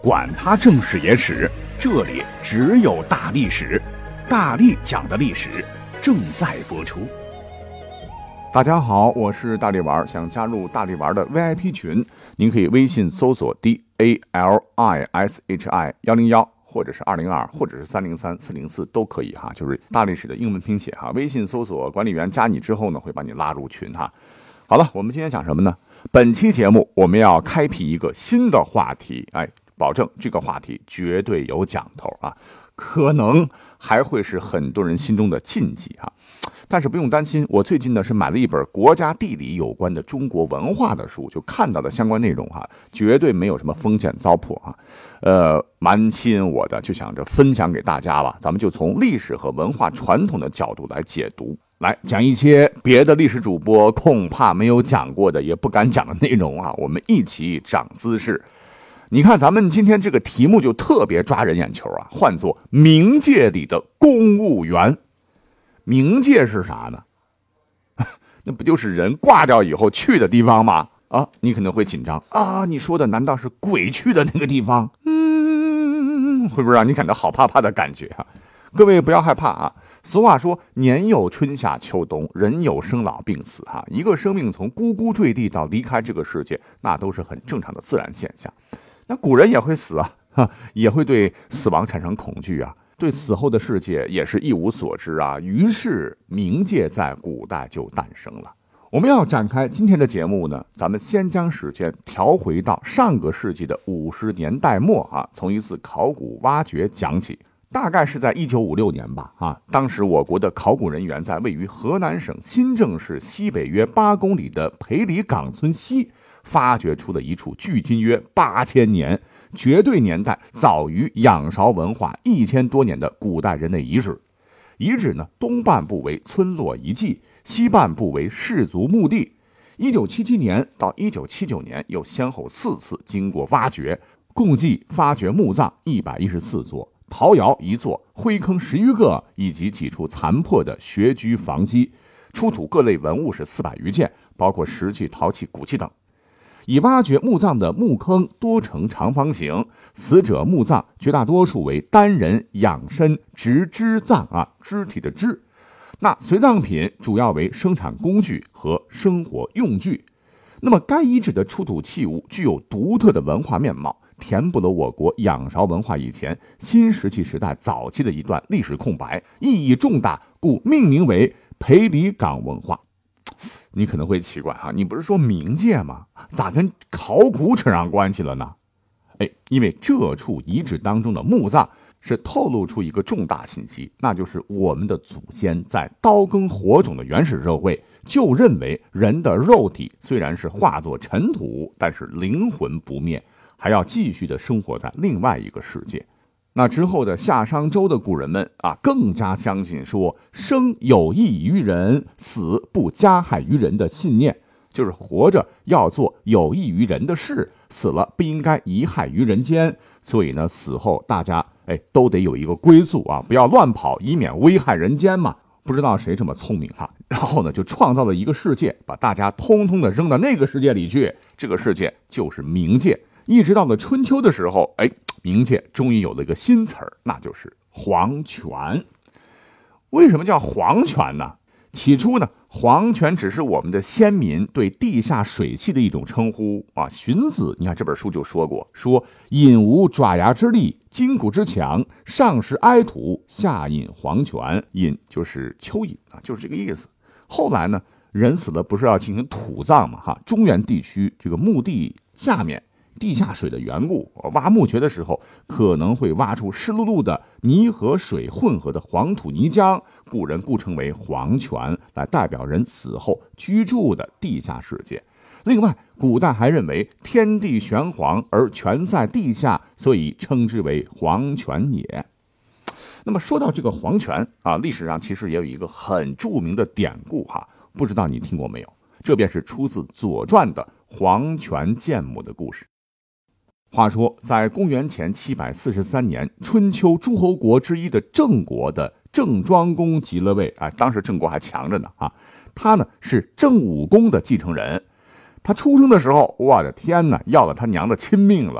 管他正史野史，这里只有大历史，大力讲的历史正在播出。 大家好，我是大力丸，想加入大力丸的 VIP 群，您可以微信搜索 DALISHI101，或者是202，或者是303-404都可以哈，就是大历史的英文拼写哈。微信搜索管理员加你之后呢，会把你拉入群哈。好了，我们今天讲什么呢？本期节目我们要开辟一个新的话题，保证这个话题绝对有讲头啊，可能还会是很多人心中的禁忌啊。但是不用担心，我最近呢是买了一本国家地理有关的中国文化的书，就看到的相关内容哈，绝对没有什么封建糟粕啊，蛮吸引我的，就想着分享给大家吧。咱们就从历史和文化传统的角度来解读，来讲一些别的历史主播恐怕没有讲过的，也不敢讲的内容啊，我们一起长姿势。你看咱们今天这个题目就特别抓人眼球啊，唤作冥界里的公务员。冥界是啥呢？那不就是人挂掉以后去的地方吗？啊，你可能会紧张啊，你说的难道是鬼去的那个地方？会不会让你感到好怕怕的感觉啊？各位不要害怕啊！俗话说，年有春夏秋冬，人有生老病死哈。一个生命从呱呱坠地到离开这个世界，那都是很正常的自然现象。那古人也会死啊，也会对死亡产生恐惧啊，对死后的世界也是一无所知啊。于是冥界在古代就诞生了。我们要展开今天的节目呢，咱们先将时间调回到上个世纪的50年代末啊，从一次考古挖掘讲起。大概是在1956年吧啊，当时我国的考古人员在位于河南省新郑市西北约8公里的裴李岗村西发掘出了一处距今约8000年，绝对年代早于仰韶文化1000多年的古代人类遗址。遗址呢，东半部为村落遗迹，西半部为氏族墓地。1977年到1979年又先后4次经过挖掘，共计发掘墓葬114座，陶窑1座，灰坑10余个，以及几处残破的穴居房基，出土各类文物是400余件，包括石器、陶器、骨器等。已挖掘墓葬的墓坑多呈长方形，死者墓葬绝大多数为单人仰身直肢葬啊，肢体的肢。那随葬品主要为生产工具和生活用具。那么该遗址的出土器物具有独特的文化面貌，填补了我国仰韶文化以前新石器时代早期的一段历史空白，意义重大，故命名为裴李岗文化。你可能会奇怪你不是说冥界吗？咋跟考古扯上关系了呢？因为这处遗址当中的墓葬是透露出一个重大信息，那就是我们的祖先在刀耕火种的原始社会就认为人的肉体虽然是化作尘土，但是灵魂不灭，还要继续的生活在另外一个世界。那之后的夏商周的古人们更加相信说生有益于人，死不加害于人的信念，就是活着要做有益于人的事，死了不应该贻害于人间。所以呢，死后大家都得有一个归宿不要乱跑，以免危害人间嘛。不知道谁这么聪明然后呢就创造了一个世界，把大家通通的扔到那个世界里去，这个世界就是冥界。一直到了春秋的时候，冥界终于有了一个新词儿，那就是黄泉。为什么叫黄泉呢？起初呢，黄泉只是我们的先民对地下水系的一种称呼荀子你看这本书就说过，说引无爪牙之力，筋骨之强，上是埃土，下引黄泉。引就是蚯蚓就是这个意思。后来呢，人死了不是要进行土葬嘛中原地区这个墓地下面地下水的缘故，挖墓穴的时候可能会挖出湿漉漉的泥和水混合的黄土泥浆，古人故称为黄泉，来代表人死后居住的地下世界。另外，古代还认为天地玄黄而泉在地下，所以称之为黄泉也。那么说到这个黄泉历史上其实也有一个很著名的典故不知道你听过没有？这便是出自《左传》的黄泉见母的故事。话说在公元前743年，春秋诸侯国之一的郑国的郑庄公即了位当时郑国还强着呢他呢是郑武公的继承人。他出生的时候，我的天哪，要了他娘的亲命了。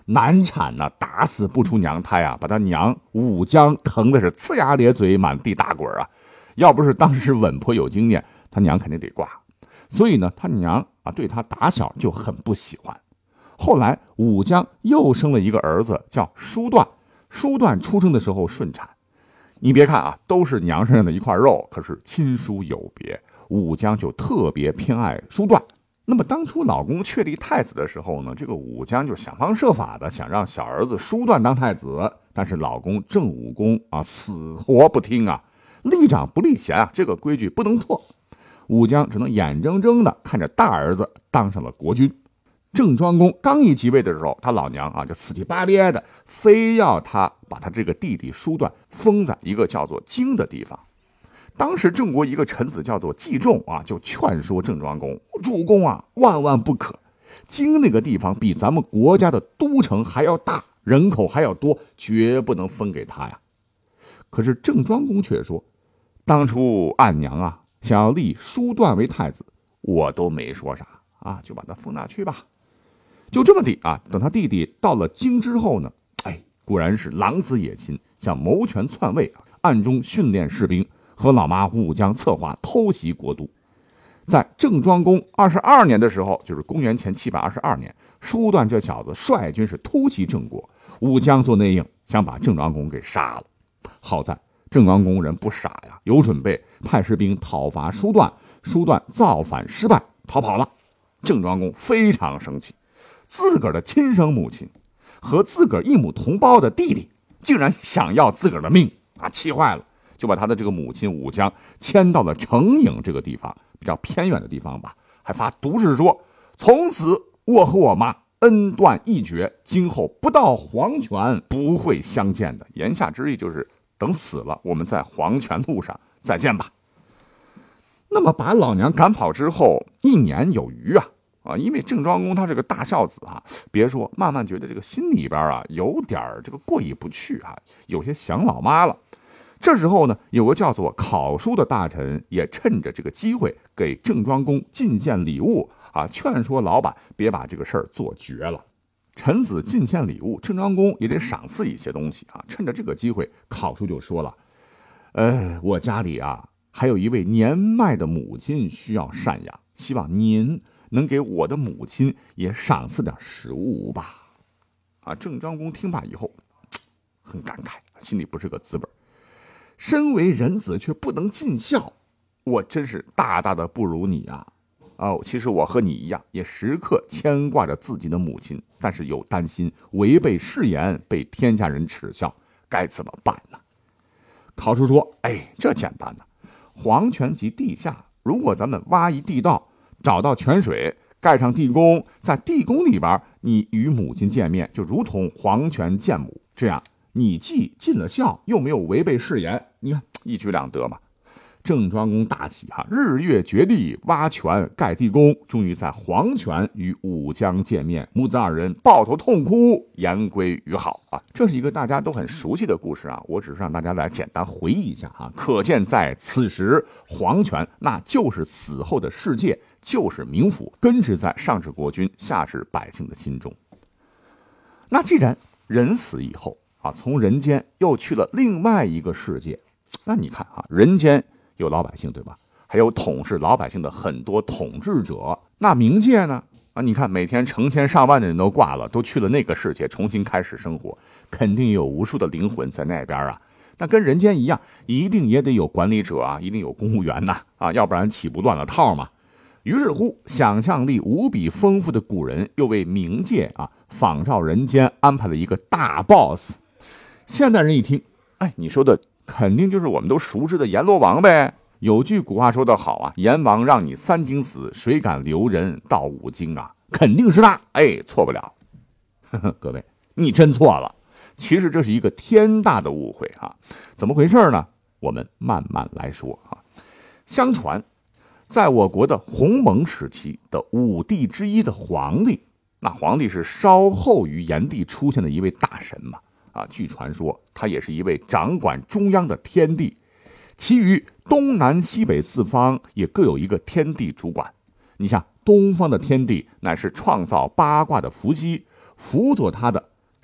难产呢，打死不出娘胎啊，把他娘武姜疼的是呲牙咧嘴，满地打滚啊。要不是当时稳婆有经验，他娘肯定得挂。所以呢，他娘啊对他打小就很不喜欢。后来武姜又生了一个儿子，叫叔段。叔段出生的时候顺产。你别看啊，都是娘身上的一块肉，可是亲疏有别，武姜就特别偏爱叔段。那么当初老公确立太子的时候呢，这个武姜就想方设法的想让小儿子叔段当太子，但是老公郑武公啊死活不听啊，立长不立贤啊，这个规矩不能破。武姜只能眼睁睁的看着大儿子当上了国君。郑庄公刚一即位的时候，他老娘啊就死乞白咧的，非要他把他这个弟弟叔段封在一个叫做荆的地方。当时郑国一个臣子叫做季仲啊，就劝说郑庄公：“主公啊，万万不可！荆那个地方比咱们国家的都城还要大，人口还要多，绝不能分给他呀。”可是郑庄公却说：“当初俺娘啊想要立叔段为太子，我都没说啥啊，就把他封那去吧。”就这么地啊，等他弟弟到了荆之后呢，果然是狼子野心，想谋权篡位，暗中训练士兵，和老妈武姜策划偷袭国都。在郑庄公22年的时候，就是公元前722年，叔段这小子率军是突袭郑国，武姜做内应，想把郑庄公给杀了。好在郑庄公人不傻呀，有准备，派士兵讨伐叔段，叔段造反失败，逃跑了。郑庄公非常生气，自个儿的亲生母亲和自个儿一母同胞的弟弟竟然想要自个儿的命啊，气坏了，就把他的这个母亲武姜迁到了成郢这个地方，比较偏远的地方吧，还发毒誓说：“从此我和我妈恩断义绝，今后不到黄泉不会相见的。”言下之意就是等死了，我们在黄泉路上再见吧。那么把老娘赶跑之后1年有余啊，因为郑庄公他是个大孝子啊，别说慢慢觉得这个心里边啊有点这个过意不去啊，有些想老妈了。这时候呢，有个叫做考叔的大臣也趁着这个机会给郑庄公进献礼物啊，劝说老板别把这个事儿做绝了。臣子进献礼物，郑庄公也得赏赐一些东西啊。趁着这个机会，考叔就说了：“我家里啊还有一位年迈的母亲需要赡养，希望您能给我的母亲也赏赐点食物吧。”啊，郑庄公听罢以后很感慨，心里不是个滋味。身为人子却不能尽孝，我真是大大的不如你啊！其实我和你一样，也时刻牵挂着自己的母亲，但是又担心违背誓言被天下人耻笑，该怎么办呢？考叔说：“这简单呢，黄泉及地下，如果咱们挖一地道，找到泉水，盖上地宫，在地宫里边，你与母亲见面，就如同黄泉见母，这样你既尽了孝，又没有违背誓言，你看一举两得嘛。”郑庄公大喜日月掘地，挖泉盖地宫，终于在黄泉与武姜见面，母子二人抱头痛哭，言归于好啊。这是一个大家都很熟悉的故事啊，我只是让大家来简单回忆一下可见在此时，黄泉那就是死后的世界，就是冥府，根植在上至国君，下至百姓的心中。那既然人死以后从人间又去了另外一个世界，那你看人间有老百姓对吧？还有统治老百姓的很多统治者。那冥界呢？你看每天成千上万的人都挂了，都去了那个世界重新开始生活，肯定有无数的灵魂在那边那跟人间一样，一定也得有管理者一定有公务员要不然岂不乱了套嘛？于是乎，想象力无比丰富的古人又为冥界仿照人间安排了一个大 boss。现代人一听，你说的肯定就是我们都熟知的阎罗王呗。有句古话说得好阎王让你3经死，谁敢留人到5经肯定是他，错不了。各位，你真错了。其实这是一个天大的误会怎么回事呢？我们慢慢来说相传，在我国的鸿蒙时期的5帝之一的黄帝，那黄帝是稍后于炎帝出现的一位大神嘛。据传说他也是一位掌管中央的天帝，其余东南西北4方也各有一个天帝主管。你像东方的天帝乃是创造8卦的伏羲，辅佐他的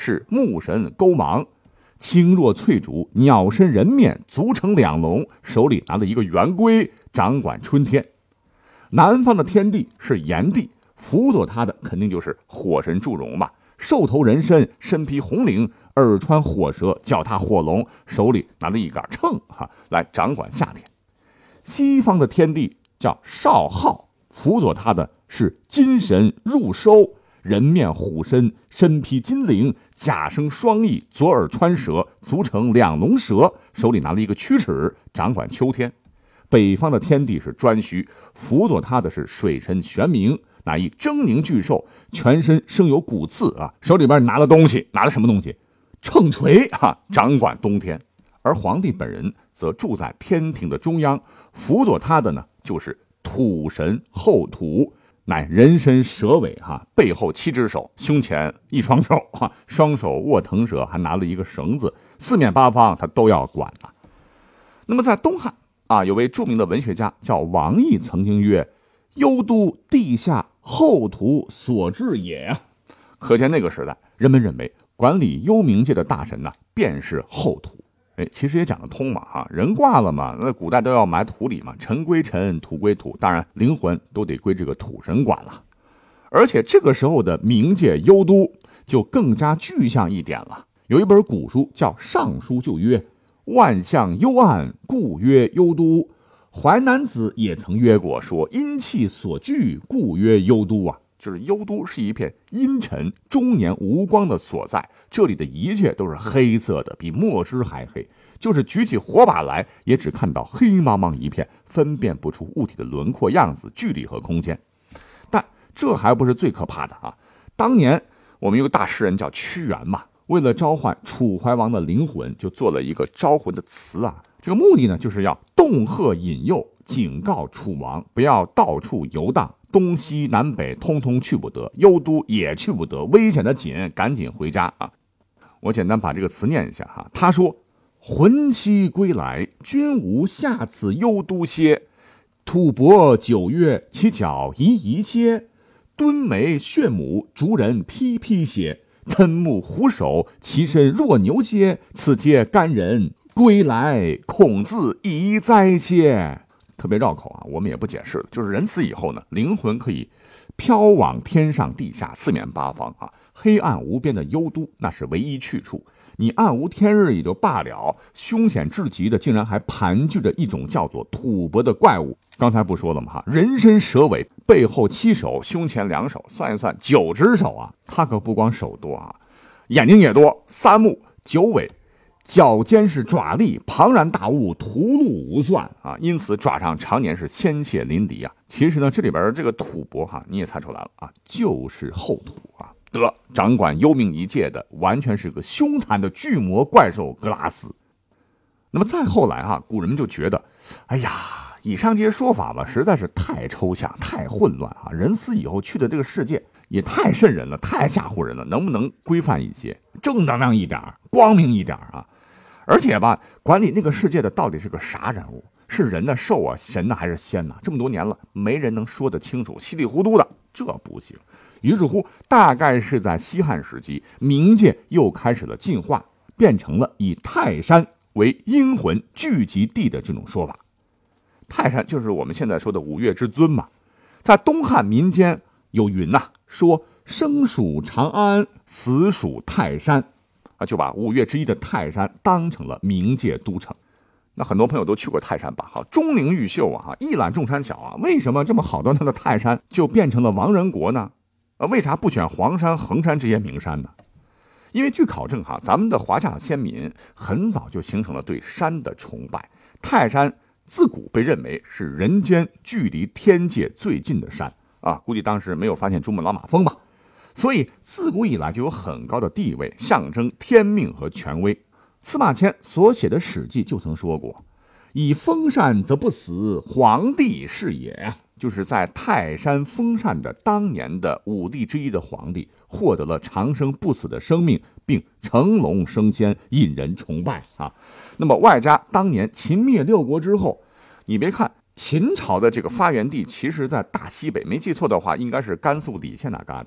是木神勾芒，青若翠竹，鸟身人面，足成2龙，手里拿着一个圆规，掌管春天。南方的天帝是炎帝，辅佐他的肯定就是火神祝融吧，兽头人身，身披红绫，耳穿火蛇，脚踏火龙，手里拿着一杆秤来掌管夏天。西方的天帝叫少昊，辅佐他的是金神入收，人面虎身，身披金绫，甲生双翼，左耳穿蛇，足成2龙蛇，手里拿了一个曲尺，掌管秋天。北方的天帝是颛顼，辅佐他的是水神玄冥，乃一狰狞巨兽，全身生有骨刺手里边拿了东西，拿了什么东西？秤锤掌管冬天。而皇帝本人则住在天庭的中央，辅佐他的呢就是土神后土，乃人身蛇尾背后7只手，胸前1双手双手握腾蛇，还拿了一个绳子，四面八方他都要管那么在东汉有位著名的文学家叫王逸，曾经曰：幽都地下后土所治也可见那个时代人们认为管理幽冥界的大神便是后土。其实也讲得通嘛人挂了嘛，那古代都要埋土里嘛，尘归尘，土归土，当然灵魂都得归这个土神管了。而且这个时候的冥界幽都就更加具象一点了。有一本古书叫《尚书》，就曰：万象幽暗，故曰幽都。淮南子也曾曰过，说阴气所聚，故曰幽都就是幽都是一片阴沉终年无光的所在，这里的一切都是黑色的，比墨汁还黑，就是举起火把来也只看到黑茫茫一片，分辨不出物体的轮廓样子、距离和空间。但这还不是最可怕的当年我们有个大诗人叫屈原嘛，为了召唤楚怀王的灵魂，就做了一个招魂的词这个目的呢就是要恫吓引诱，警告楚王不要到处游荡，东西南北通通去不得，幽都也去不得，危险的紧，赶紧回家我简单把这个词念一下他说：魂期归来，君无下此幽都歇。吐蕃9月，其脚宜宜歇。敦眉血母，逐人披披血。岑目虎首，其身若牛蝎。此皆干人归来，恐自宜哉切。特别绕口我们也不解释了，就是人死以后呢，灵魂可以飘往天上地下四面八方黑暗无边的幽都那是唯一去处。你暗无天日也就罢了，凶险至极的竟然还盘踞着一种叫做吐蕃的怪物。刚才不说了吗人身蛇尾，背后7手，胸前2手，算一算9只手他可不光手多眼睛也多，3目9尾，脚尖是爪力，庞然大物，屠戮无算因此爪上常年是鲜血淋漓其实呢，这里边这个吐蕃你也猜出来了就是后土掌管幽冥一界的完全是个凶残的巨魔怪兽格拉斯。那么再后来古人们就觉得，哎呀，以上这些说法吧，实在是太抽象太混乱人死以后去的这个世界也太瘆人了，太吓唬人了，能不能规范一些，正能量一点，光明一点而且吧，管理那个世界的到底是个啥人物，是人的兽神还是仙这么多年了，没人能说得清楚，稀里糊涂的，这不行。于是乎，大概是在西汉时期，冥界又开始了进化，变成了以泰山为阴魂聚集地的这种说法。泰山就是我们现在说的五岳之尊嘛。在东汉民间有云说生属长安，死属泰山就把五岳之一的泰山当成了冥界都城。那很多朋友都去过泰山吧？钟灵毓秀一览众山小为什么这么好端端的泰山就变成了亡人国呢？为啥不选黄山、衡山这些名山呢？因为据考证咱们的华夏先民很早就形成了对山的崇拜。泰山自古被认为是人间距离天界最近的山估计当时没有发现珠穆朗玛峰吧，所以自古以来就有很高的地位，象征天命和权威。司马迁所写的《史记》就曾说过：以封禅则不死，皇帝是也。就是在泰山封禅的当年的5帝之一的皇帝获得了长生不死的生命，并乘龙升仙，引人崇拜那么外加当年秦灭6国之后，你别看秦朝的这个发源地其实在大西北，没记错的话应该是甘肃礼县那旮瘩，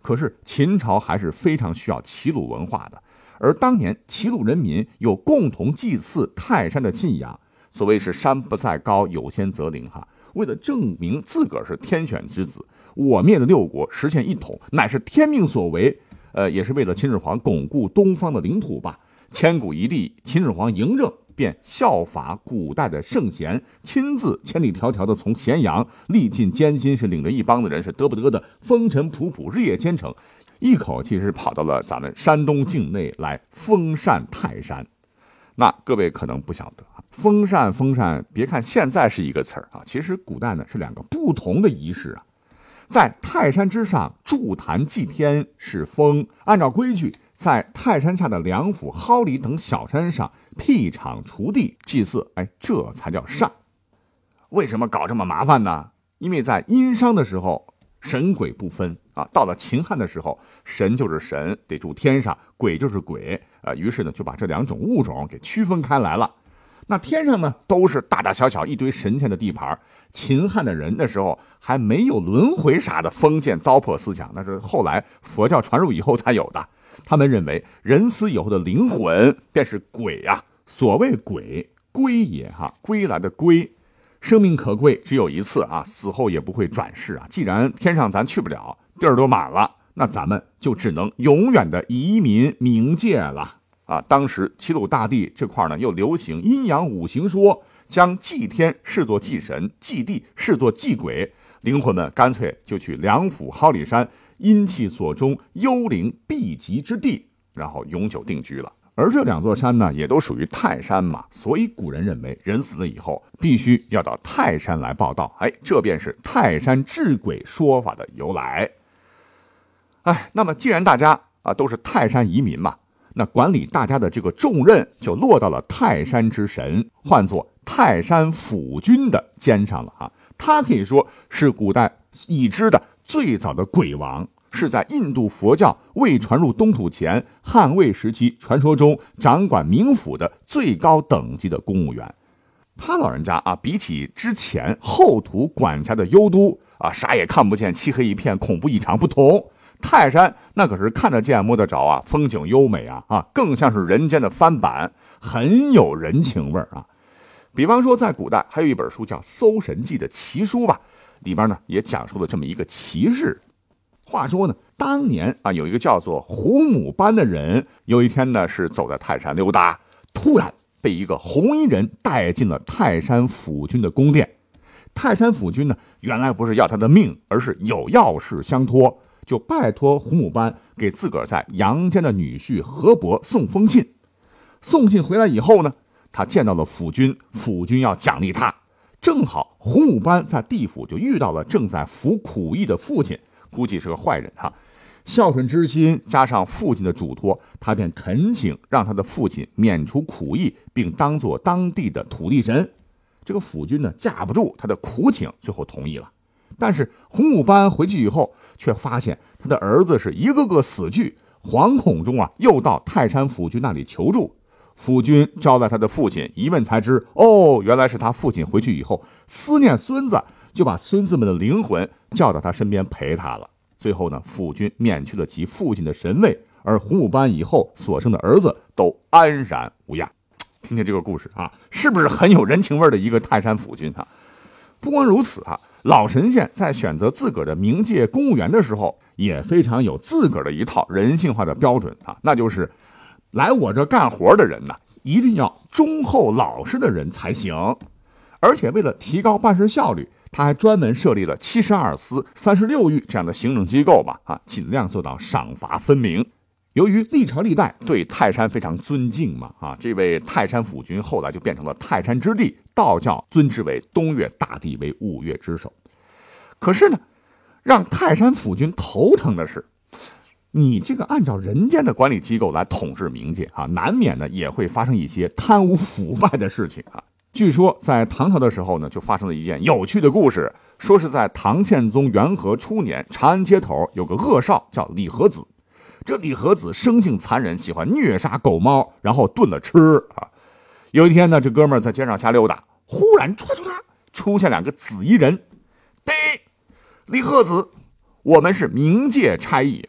可是秦朝还是非常需要齐鲁文化的，而当年齐鲁人民有共同祭祀泰山的信仰，所谓是山不在高，有仙则灵哈。为了证明自个儿是天选之子，我灭了6国，实现一统，乃是天命所为。也是为了秦始皇巩固东方的领土吧。千古一帝秦始皇嬴政便效法古代的圣贤，亲自千里迢迢的从咸阳历尽艰辛，是领着一帮的人是得不得的风尘仆仆，日夜兼程，一口气是跑到了咱们山东境内来封禅泰山。那各位可能不晓得啊，封禅，别看现在是一个词儿啊，其实古代呢是2个不同的仪式啊。在泰山之上筑坛祭天是封，按照规矩，在泰山下的梁府、蒿里等小山上辟场锄地祭祀，这才叫禅。为什么搞这么麻烦呢？因为在殷商的时候，神鬼不分啊，到了秦汉的时候，神就是神，得住天上，鬼就是鬼，于是呢就把这2种物种给区分开来了。那天上呢，都是大大小小一堆神仙的地盘。秦汉的人那时候还没有轮回啥的封建糟粕思想，那是后来佛教传入以后才有的。他们认为人死以后的灵魂便是鬼啊，所谓鬼，归也哈，归来的归。生命可贵，只有一次啊，死后也不会转世啊。既然天上咱去不了，地儿都满了，那咱们就只能永远的移民冥界了。当时齐鲁大地这块呢，又流行阴阳五行说，将祭天视作祭神，祭地视作祭鬼，灵魂们干脆就去梁府、蒿里山阴气所中幽灵避极之地，然后永久定居了。而这2座山呢，也都属于泰山嘛，所以古人认为人死了以后必须要到泰山来报道，这便是泰山治鬼说法的由来。那么既然大家都是泰山移民嘛，那管理大家的这个重任就落到了泰山之神，唤作泰山府君的肩上了啊。他可以说是古代已知的最早的鬼王，是在印度佛教未传入东土前，汉魏时期传说中掌管冥府的最高等级的公务员。他老人家比起之前后土管辖的幽都啥也看不见，漆黑一片，恐怖异常不同，泰山那可是看得见摸得着啊，风景优美更像是人间的翻版，很有人情味啊。比方说在古代还有一本书叫《搜神记》的奇书吧，里边呢也讲述了这么一个奇事。话说呢，当年有一个叫做胡母班的人，有一天呢是走在泰山溜达，突然被一个红衣人带进了泰山府君的宫殿。泰山府君呢原来不是要他的命，而是有要事相托，就拜托胡母班给自个儿在阳间的女婿河伯送封信。送信回来以后呢，他见到了府君，府君要奖励他。正好胡母班在地府就遇到了正在服苦役的父亲，估计是个坏人孝顺之心加上父亲的嘱托，他便恳请让他的父亲免除苦役，并当作当地的土地神。这个府君呢架不住他的苦请，最后同意了。但是胡母班回去以后，却发现他的儿子是一个个死去，惶恐中又到泰山府君那里求助。府君招来他的父亲，一问才知，原来是他父亲回去以后思念孙子，就把孙子们的灵魂叫到他身边陪他了。最后呢，府君免去了其父亲的神位，而胡母班以后所生的儿子都安然无恙。听听这个故事是不是很有人情味的一个泰山府君不光如此老神仙在选择自个儿的冥界公务员的时候，也非常有自个儿的一套人性化的标准那就是来我这干活的人一定要忠厚老实的人才行。而且为了提高办事效率，他还专门设立了72司、36狱这样的行政机构尽量做到赏罚分明。由于历朝历代对泰山非常尊敬嘛这位泰山府君后来就变成了泰山之帝，道教尊之为东岳大帝，为五岳之首。可是呢，让泰山府君头疼的是，你这个按照人间的管理机构来统治冥界难免呢也会发生一些贪污腐败的事情据说在唐朝的时候呢，就发生了一件有趣的故事，说是在唐宪宗元和初年，长安街头有个恶少叫李和子。这李和子生性残忍，喜欢虐杀狗猫，然后炖了吃有一天呢，这哥们儿在街上瞎溜达，忽然出现2个紫衣人。李和子，我们是冥界差役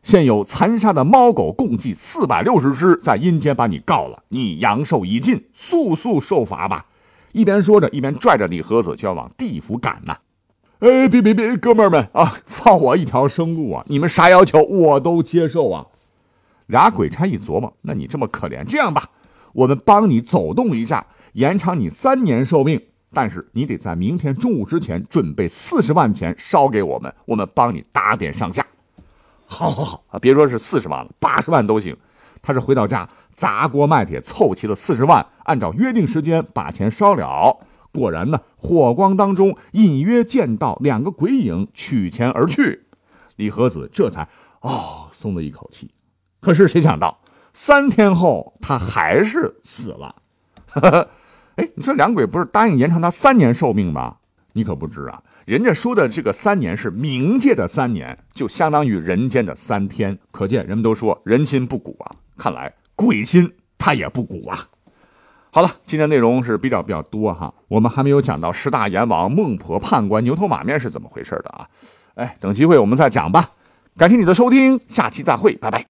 现有残杀的猫狗共计460只，在阴间把你告了，你阳寿已尽，速速受罚吧。一边说着，一边拽着李和子就要往地府赶呐。别，哥们儿们啊，放我一条生路啊！你们啥要求我都接受啊。俩鬼差一琢磨，那你这么可怜，这样吧，我们帮你走动一下，延长你3年寿命，但是你得在明天中午之前准备40万钱烧给我们，我们帮你打点上下。好啊，别说是40万了，80万都行。他是回到家砸锅卖铁凑齐了40万，按照约定时间把钱烧了。果然呢，火光当中隐约见到2个鬼影取钱而去。李和子这才松了一口气。可是谁想到3天后他还是死了。你说两鬼不是答应延长他3年寿命吗？你可不知啊，人家说的这个3年是冥界的3年，就相当于人间的3天。可见人们都说人心不古啊，看来鬼心他也不古啊。好了，今天内容是比较多哈，我们还没有讲到10大阎王、孟婆、判官、牛头马面是怎么回事的啊。等机会我们再讲吧。感谢你的收听，下期再会，拜拜。